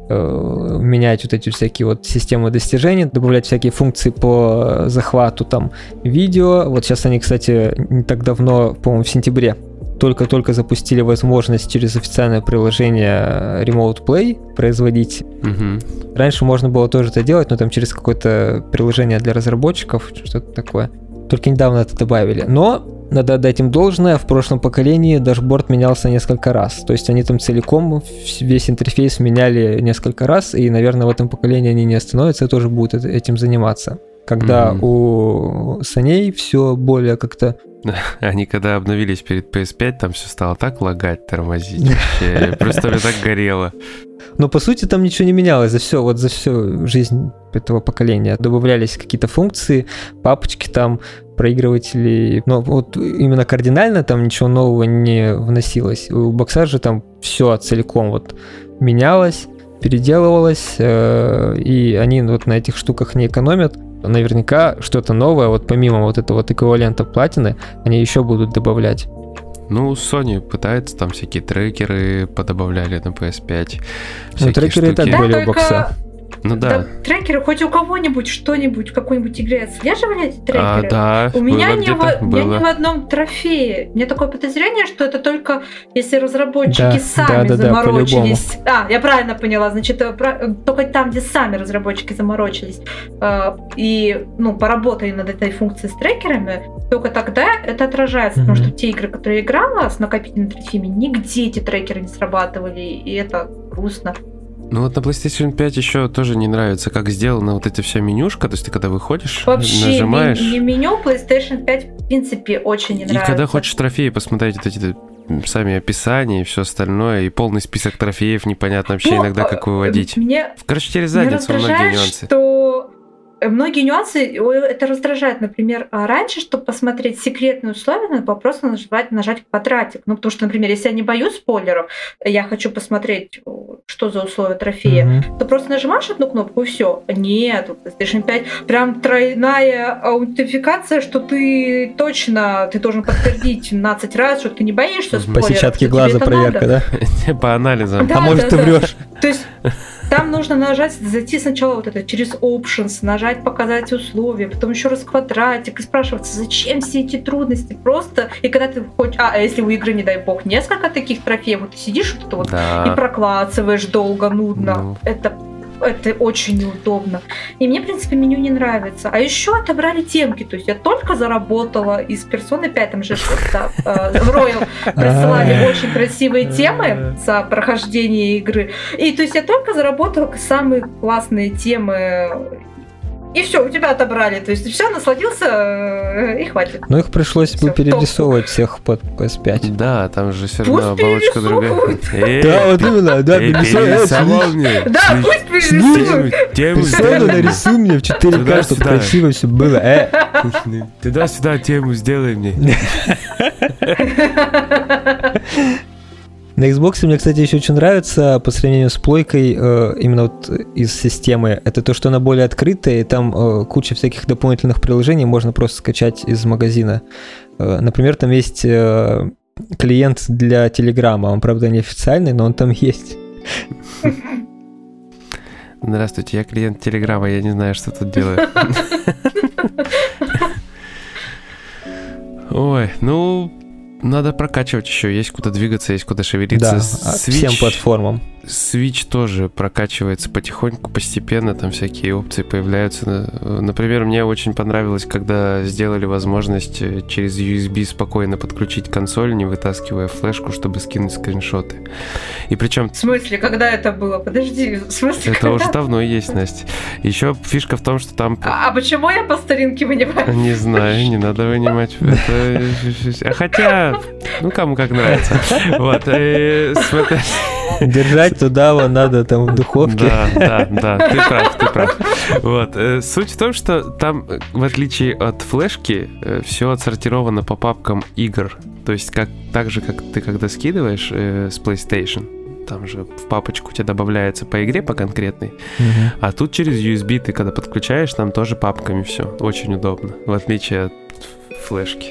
э, менять вот эти всякие вот системы достижений, добавлять всякие функции по захвату там видео. Вот сейчас они, кстати, не так давно, по-моему, в сентябре, только-только запустили возможность через официальное приложение Remote Play производить. Угу. Раньше можно было тоже это делать, но там через какое-то приложение для разработчиков, что-то такое. Только недавно это добавили. Но надо отдать им должное, в прошлом поколении дашборд менялся несколько раз. То есть они там целиком весь интерфейс меняли несколько раз, и, наверное, в этом поколении они не остановятся и тоже будут этим заниматься. Когда mm-hmm. у саней все более как-то... Они когда обновились перед пи эс пять, там все стало так лагать, тормозить. Вообще, просто мне так горело. Но по сути там ничего не менялось за все, вот за всю жизнь этого поколения. Добавлялись какие-то функции, папочки там, проигрыватели. Но вот именно кардинально там ничего нового не вносилось. У бокса же там все целиком вот менялось, переделывалось, и они вот на этих штуках не экономят. Наверняка что-то новое, вот помимо вот этого вот эквивалента платины, они еще будут добавлять. Ну, Sony пытается, там всякие трекеры подобавляли на пи эс пять. Ну, трекеры и так да, были только... у бокса. Ну да. да. Трекеры, хоть у кого-нибудь что-нибудь в какой-нибудь игре отслеживали эти трекеры? А, да, у меня, ни в, было. у меня ни в одном трофее. У меня такое подозрение, что это только если разработчики да, сами да, да, заморочились. Да, а, я правильно поняла. Значит, только там, где сами разработчики заморочились и ну, поработали над этой функцией с трекерами, только тогда это отражается. Mm-hmm. Потому что те игры, которые я играла с накопительными трофеями, нигде эти трекеры не срабатывали, и это грустно. Ну вот на PlayStation пять еще тоже не нравится, как сделана вот эта вся менюшка, то есть ты когда выходишь, вообще, нажимаешь... Вообще, меню PlayStation пять в принципе очень не нравится. И когда хочешь трофеи посмотреть, вот эти сами описания и все остальное, и полный список трофеев, непонятно вообще ну, иногда, как выводить. Мне, Короче, через задницу многие нюансы. Что... Многие нюансы, это раздражает. Например, раньше, чтобы посмотреть секретные условия, надо было просто нажать, нажать квадратик. Ну, потому что, например, если я не боюсь спойлеров, я хочу посмотреть, что за условия трофея, mm-hmm. то просто нажимаешь одну кнопку и все. Нет, у PlayStation пять прям тройная аутентификация, что ты точно, ты должен подтвердить двенадцать раз, что ты не боишься спойлеров. По сетчатке глаза проверка, надо. Да? По анализам. А может, ты врешь. То есть там нужно нажать, зайти сначала вот это через Options, нажать показать условия, потом еще раз квадратик и спрашиваться, зачем все эти трудности, просто, и когда ты хоть, а, если у игры, не дай бог, несколько таких трофеев, вот ты сидишь вот это вот да. и проклацываешь долго, нудно, ну. это это очень неудобно. И мне, в принципе, меню не нравится. А еще отобрали темки. То есть я только заработала из Персоны пять, там же что-то в Royal присылали очень красивые темы за прохождение игры. И то есть я только заработала самые классные темы. И все, у тебя отобрали. То есть все, насладился и хватит. Ну их пришлось всё, бы перерисовывать всех под пи эс пять. Да, там же все равно пусть оболочка другая. Да, вот именно, да, перерисовал мне. Да, пусть перерисуют. Персону нарисуй мне в четыре ка, чтобы красиво все было. Туда-сюда тему сделай мне. На Xbox мне, кстати, еще очень нравится по сравнению с плойкой э, именно вот из системы. Это то, что она более открытая, и там э, куча всяких дополнительных приложений можно просто скачать из магазина. Э, например, там есть э, клиент для Телеграма. Он, правда, не официальный, но он там есть. Здравствуйте, я клиент Телеграма, я не знаю, что тут делаю. Ой, ну... Надо прокачивать еще, есть куда двигаться, есть куда шевелиться. Да, Switch, всем платформам. Switch тоже прокачивается потихоньку, постепенно, там всякие опции появляются. Например, мне очень понравилось, когда сделали возможность через ю эс би спокойно подключить консоль, не вытаскивая флешку, чтобы скинуть скриншоты. И причем... В смысле, когда это было? Подожди, в смысле, Это когда? уже давно есть, Настя. Еще фишка в том, что там... А, а почему я по старинке вынимаю? Не знаю, не надо вынимать. Это... Хотя, ну кому как нравится. Вот, смотри... Держать туда вот надо там в духовке. Да, да, да, ты прав, ты прав. Вот. Суть в том, что там, в отличие от флешки, все отсортировано по папкам игр. То есть как, так же, как ты когда скидываешь э, с PlayStation, там же в папочку у тебя добавляется по игре, по конкретной. Uh-huh. А тут через ю эс би ты когда подключаешь, там тоже папками все. Очень удобно, в отличие от флешки.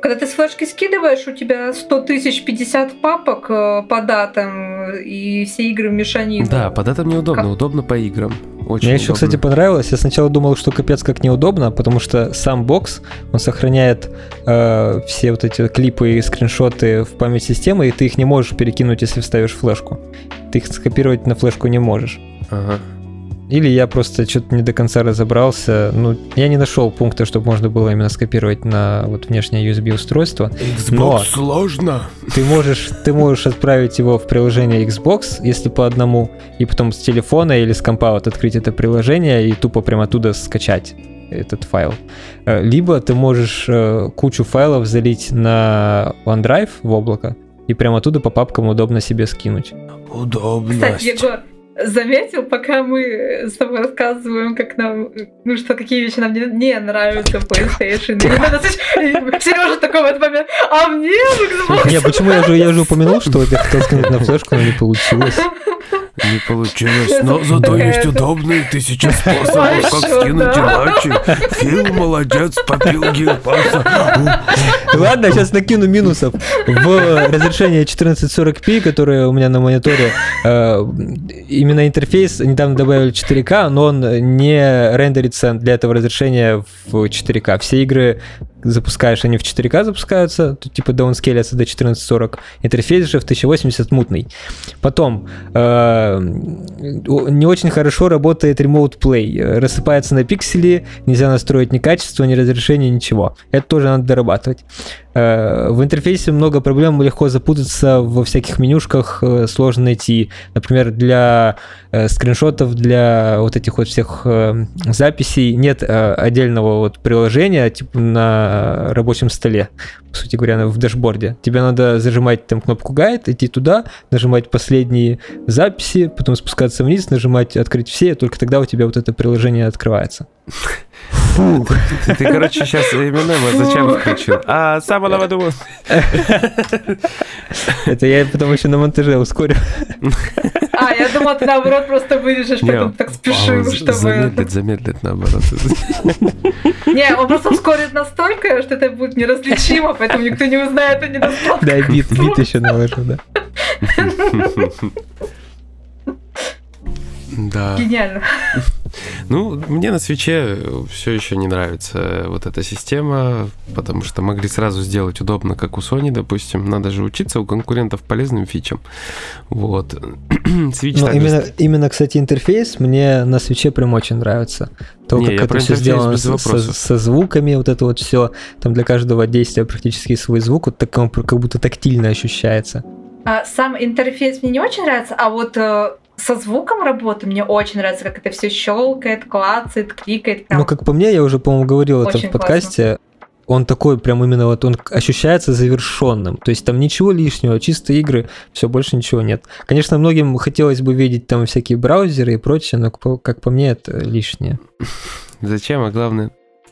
Когда ты с флешки скидываешь, у тебя сто тысяч пятьдесят папок по датам и все игры в мешанину. Да, по датам неудобно, как... удобно по играм. Очень Мне удобно. еще, кстати, понравилось. Я сначала думал, что капец как неудобно, потому что сам бокс, он сохраняет э, все вот эти клипы и скриншоты в память системы, и ты их не можешь перекинуть, если вставишь флешку. Ты их скопировать на флешку не можешь. Ага. Или я просто что-то не до конца разобрался. Ну, я не нашел пункта, чтобы можно было именно скопировать на вот внешнее ю эс би-устройство. Xbox но сложно. Ты можешь, ты можешь отправить его в приложение Xbox, если по одному, и потом с телефона или с компа вот открыть это приложение и тупо прямо оттуда скачать этот файл. Либо ты можешь кучу файлов залить на OneDrive в облако и прямо оттуда по папкам удобно себе скинуть. Удобность. Кстати, Егор, заметил, пока мы с тобой рассказываем, как нам, ну что, какие вещи нам не, не нравятся в PlayStation. Сережа такой в этот момент, а мне Xbox. Не, почему я же, я же упомянул, что я хотел скинуть на флешку, но не получилось. Не получилось, но зато есть удобные тысячи способов, как скинуть иначе. Фил молодец, попил геймпаса. Ладно, сейчас накину минусов. В разрешении четырнадцать сорок пи, которое у меня на мониторе, именно интерфейс недавно добавили четыре ка, но он не рендерится для этого разрешения в четыре ка. Все игры запускаешь, они в четыре ка запускаются, тут типа даунскейлятся до четырнадцать сорок. Интерфейс же в тысяча восемьдесят мутный. Потом э, не очень хорошо работает Remote Play. Рассыпается на пиксели, нельзя настроить ни качество, ни разрешение, ничего. Это тоже надо дорабатывать. Э, в интерфейсе много проблем, легко запутаться во всяких менюшках, э, сложно найти. Например, для э, скриншотов, для вот этих вот всех э, записей нет э, отдельного вот приложения, типа на рабочем столе, по сути говоря, в дашборде. Тебе надо зажимать там кнопку гайд, идти туда, нажимать последние записи, потом спускаться вниз, нажимать открыть все, и только тогда у тебя вот это приложение открывается. Фу. Ты, ты, короче, сейчас Eminem зачем включил? А, самого думал. Это я потом еще на монтаже ускорю. А, я думала, ты наоборот просто вырежешь, поэтому так спешил, чтобы... Замедлит, замедлит наоборот. Не, он просто ускорит настолько, что это будет неразличимо, поэтому никто не узнает о недостатках. Да, бит, бит еще наложу, да. Да. Гениально. Ну, мне на свитче все еще не нравится вот эта система, потому что могли сразу сделать удобно, как у Sony, допустим. Надо же учиться у конкурентов полезным фичам. Вот. Switch Но также... именно, именно, кстати, интерфейс мне на свитче прям очень нравится. То, Не, как это все сделано со, со звуками, вот это вот все. Там для каждого действия практически свой звук, вот так он как будто тактильно ощущается. А, сам интерфейс мне не очень нравится, а вот со звуком работы мне очень нравится, как это все щелкает, клацает, кликает. Прям. Ну, как по мне, я уже, по-моему, говорил очень это в подкасте, классно. Он такой прям именно вот, он ощущается завершенным. То есть там ничего лишнего, чистые игры, все, больше ничего нет. Конечно, многим хотелось бы видеть там всякие браузеры и прочее, но, как по мне, это лишнее. Зачем, а главное...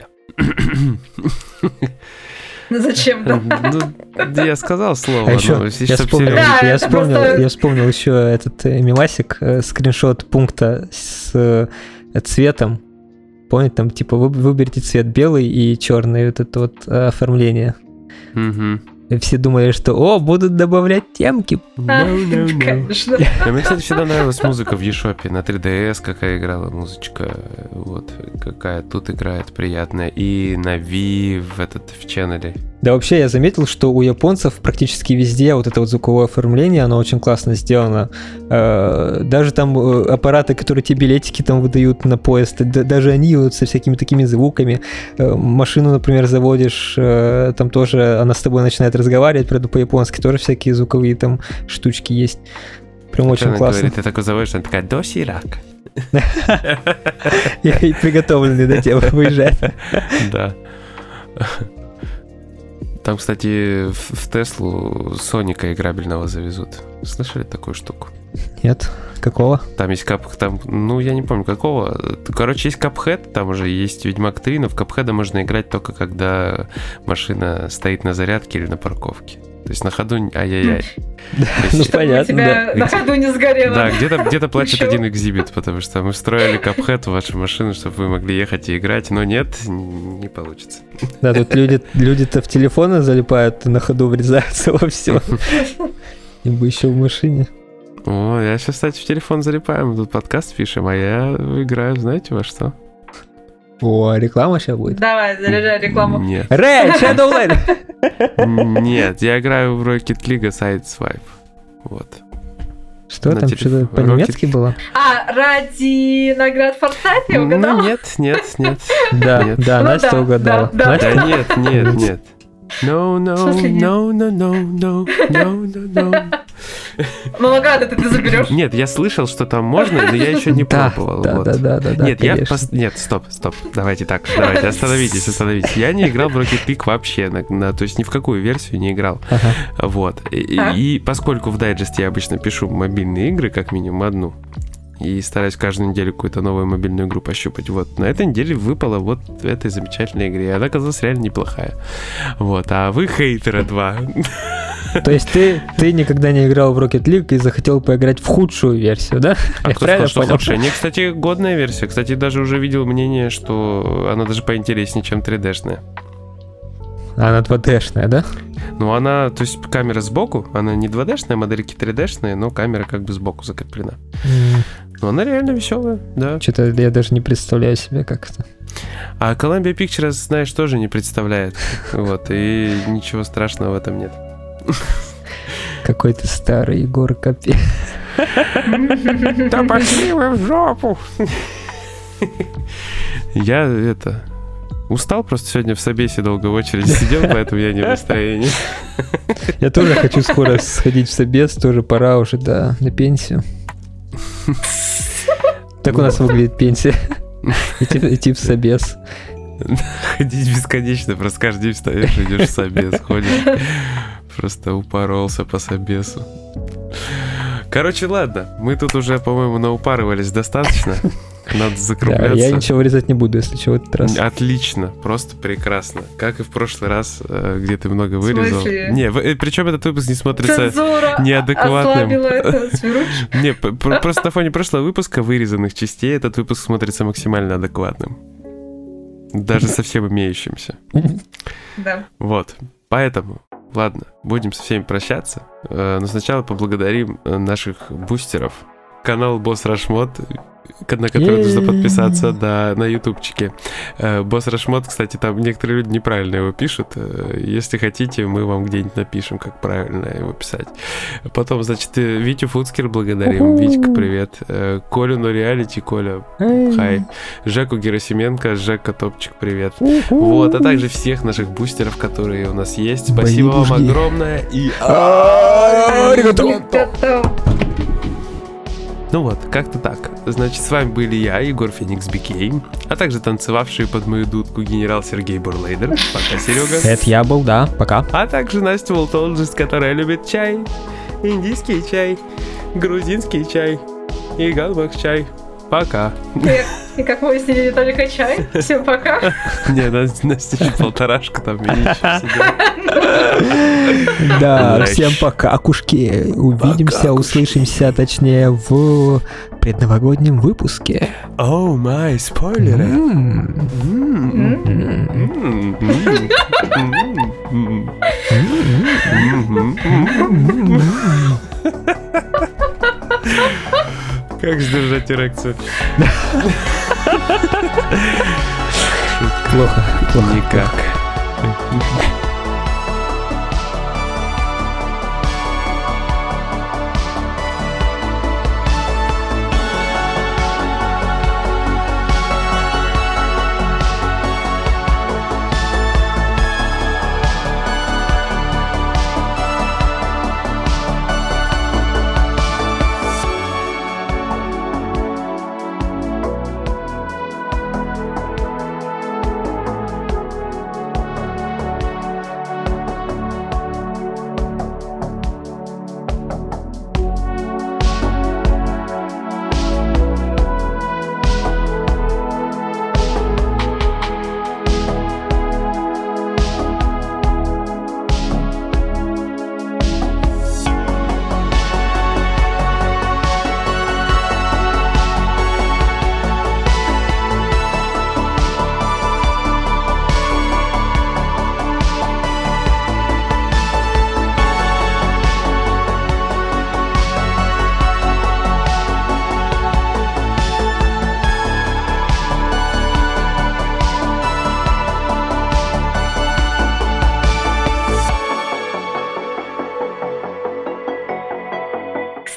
Ну зачем, да? Ну, я сказал слово. А еще, я, вспомнил, да, я, вспомнил, просто... я вспомнил еще этот мемасик, скриншот пункта с цветом. Помните, там типа вы, выберите цвет белый и черный, вот это вот оформление. Угу. И все думали, что о, будут добавлять темки. No, no, no. Конечно. Мне, кстати, всегда нравилась музыка в eShop. На три ди эс какая играла музычка. Вот, какая тут играет приятная. И на Wii в этот, в ченнеле. Да, вообще я заметил, что у японцев практически везде вот это вот звуковое оформление, оно очень классно сделано. Даже там аппараты, которые тебе билетики там выдают на поезд, даже они вот со всякими такими звуками. Машину, например, заводишь, там тоже она с тобой начинает разговаривать, правда, по-японски тоже всякие звуковые там штучки есть. Прям очень она классно. Говорит, ты такой заводишь, она такая, досирак. Я приготовленный до тебя выезжать. Да. Там, кстати, в, в Теслу Соника играбельного завезут. Слышали такую штуку? Нет. Какого? Там есть кап... Там, ну, я не помню, какого. Короче, есть Cuphead, там уже есть Ведьмак три, но в Cuphead можно играть только когда машина стоит на зарядке или на парковке. То есть на ходу ай-яй-яй. Ну, понятно, да. На ходу не сгорело. Да, где-то, где-то плачет один экзибит, потому что мы встроили Cuphead в вашу машину, чтобы вы могли ехать и играть, но нет, не получится. Да, тут люди, люди-то в телефоны залипают и на ходу врезаются во все. Им бы еще в машине. О, я сейчас, кстати, в телефон залипаю, мы тут подкаст пишем, а я играю, знаете, во что? О, реклама сейчас будет? Давай, заряжай рекламу. Нет. Raid Shadow Legends! Нет, я играю в Rocket League Sideswipe. Вот. Что На там, телеф- что-то по-немецки Rocket- было? А, ради наград Fortnite я угадала? Ну, нет, нет, нет. Да, Нет. да, Ну Настя да, угадала. да, да. Настя? Да нет, нет, нет. No, no, В смысле нет? no, no, no, no, no, no, no. Ну, награды ты заберешь. Нет, я слышал, что там можно, но я еще не Да, пробовал. да, вот. да, да, да, да, Нет, я конечно. пос- нет, стоп, стоп. Давайте так, давайте, остановитесь, остановитесь. Я не играл в Rocket League вообще, на, на- то есть ни в какую версию не играл. Ага. Вот. И, А? и поскольку в дайджесте я обычно пишу мобильные игры, как минимум одну, и стараюсь каждую неделю какую-то новую мобильную игру пощупать. Вот. На этой неделе выпала вот в этой замечательной игре. И она оказалась реально неплохая. Вот. А вы хейтеры два. То есть ты, ты никогда не играл в Rocket League и захотел поиграть в худшую версию, да? А Я кто правильно сказал, что понял? худшая? Не, кстати, годная версия. Кстати, даже уже видел мнение, что она даже поинтереснее, чем три дэ-шная. Она два дэ-шная, да? Ну, она, то есть камера сбоку, она не два дэ-шная, модельки три дэ-шные, но камера как бы сбоку закреплена. Но она реально веселая, да. Что-то я даже не представляю себе, как это. А Columbia Pictures, знаешь, тоже не представляет. Вот, и ничего страшного в этом нет. Какой ты старый Егор Копе. Да пошли вы в жопу! Я это... Устал просто сегодня в собесе долго в очереди сидел, поэтому я не в настроении. Я тоже хочу скоро сходить в собес, тоже пора уже, да, на пенсию. Так у нас выглядит пенсия. Идти, идти в собес. Ходить бесконечно, просто каждый день встаешь, идешь в собес, ходишь. Просто упоролся по собесу. Короче, ладно, мы тут уже, по-моему, наупарывались достаточно. Надо Да, закругляться. я ничего вырезать не буду, если что, в этот раз. Отлично, просто прекрасно. Как и в прошлый раз, э, где ты много вырезал. смысле? Не, в- причем этот выпуск не смотрится Цензура неадекватным. ослабила это, Сверуч. Не, п- п- просто на фоне прошлого выпуска вырезанных частей этот выпуск смотрится максимально адекватным. Даже со всем имеющимся. Да. Вот. Поэтому, ладно, будем со всеми прощаться. Э, Но сначала поблагодарим э, наших бустеров. Канал Босс Рашмод, на который нужно подписаться, да, на ютубчике. Э, Босс Рашмод, кстати, там некоторые люди неправильно его пишут. Э, Если хотите, мы вам где-нибудь напишем, как правильно его писать. Потом, значит, э, Витю Фуцкер благодарим. Витька, привет. Э, Колю No Reality, Коля, хай. Жеку Герасименко, Жека Топчик, привет. Вот, а также всех наших бустеров, которые у нас есть. Спасибо вам Бои-бужги. огромное. И... Готов. Ну вот, как-то так. Значит, с вами были я, Егор Феникс Бикей, а также танцевавший под мою дудку генерал Сергей Бурлейдер. Пока, Серега. Это я был, да, пока. А также Настя Волтологист, которая любит чай, индийский чай, грузинский чай и галбак чай. Пока. И как мы выяснили, не только чай. Всем пока. Не, Настя, Настя еще полторашка там меньше сидела. Да, Удачи. всем пока, кушки. Увидимся, Пока, услышимся, точнее, в предновогоднем выпуске. Оу, май, спойлеры. М. М. М. М. М. Как сдержать эрекцию? Плохо, плохо. Никак.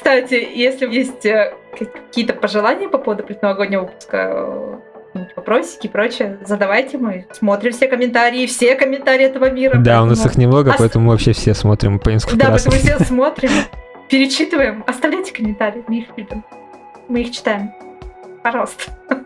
кстати, если есть какие-то пожелания по поводу предновогоднего выпуска, вопросики и прочее, задавайте, мы смотрим все комментарии, все комментарии этого мира. Да, поэтому... у нас их немного, Ост... поэтому вообще все смотрим по несколько да, раз. Да, поэтому все смотрим, перечитываем. Оставляйте комментарии, мы их любим. Мы их читаем. Пожалуйста.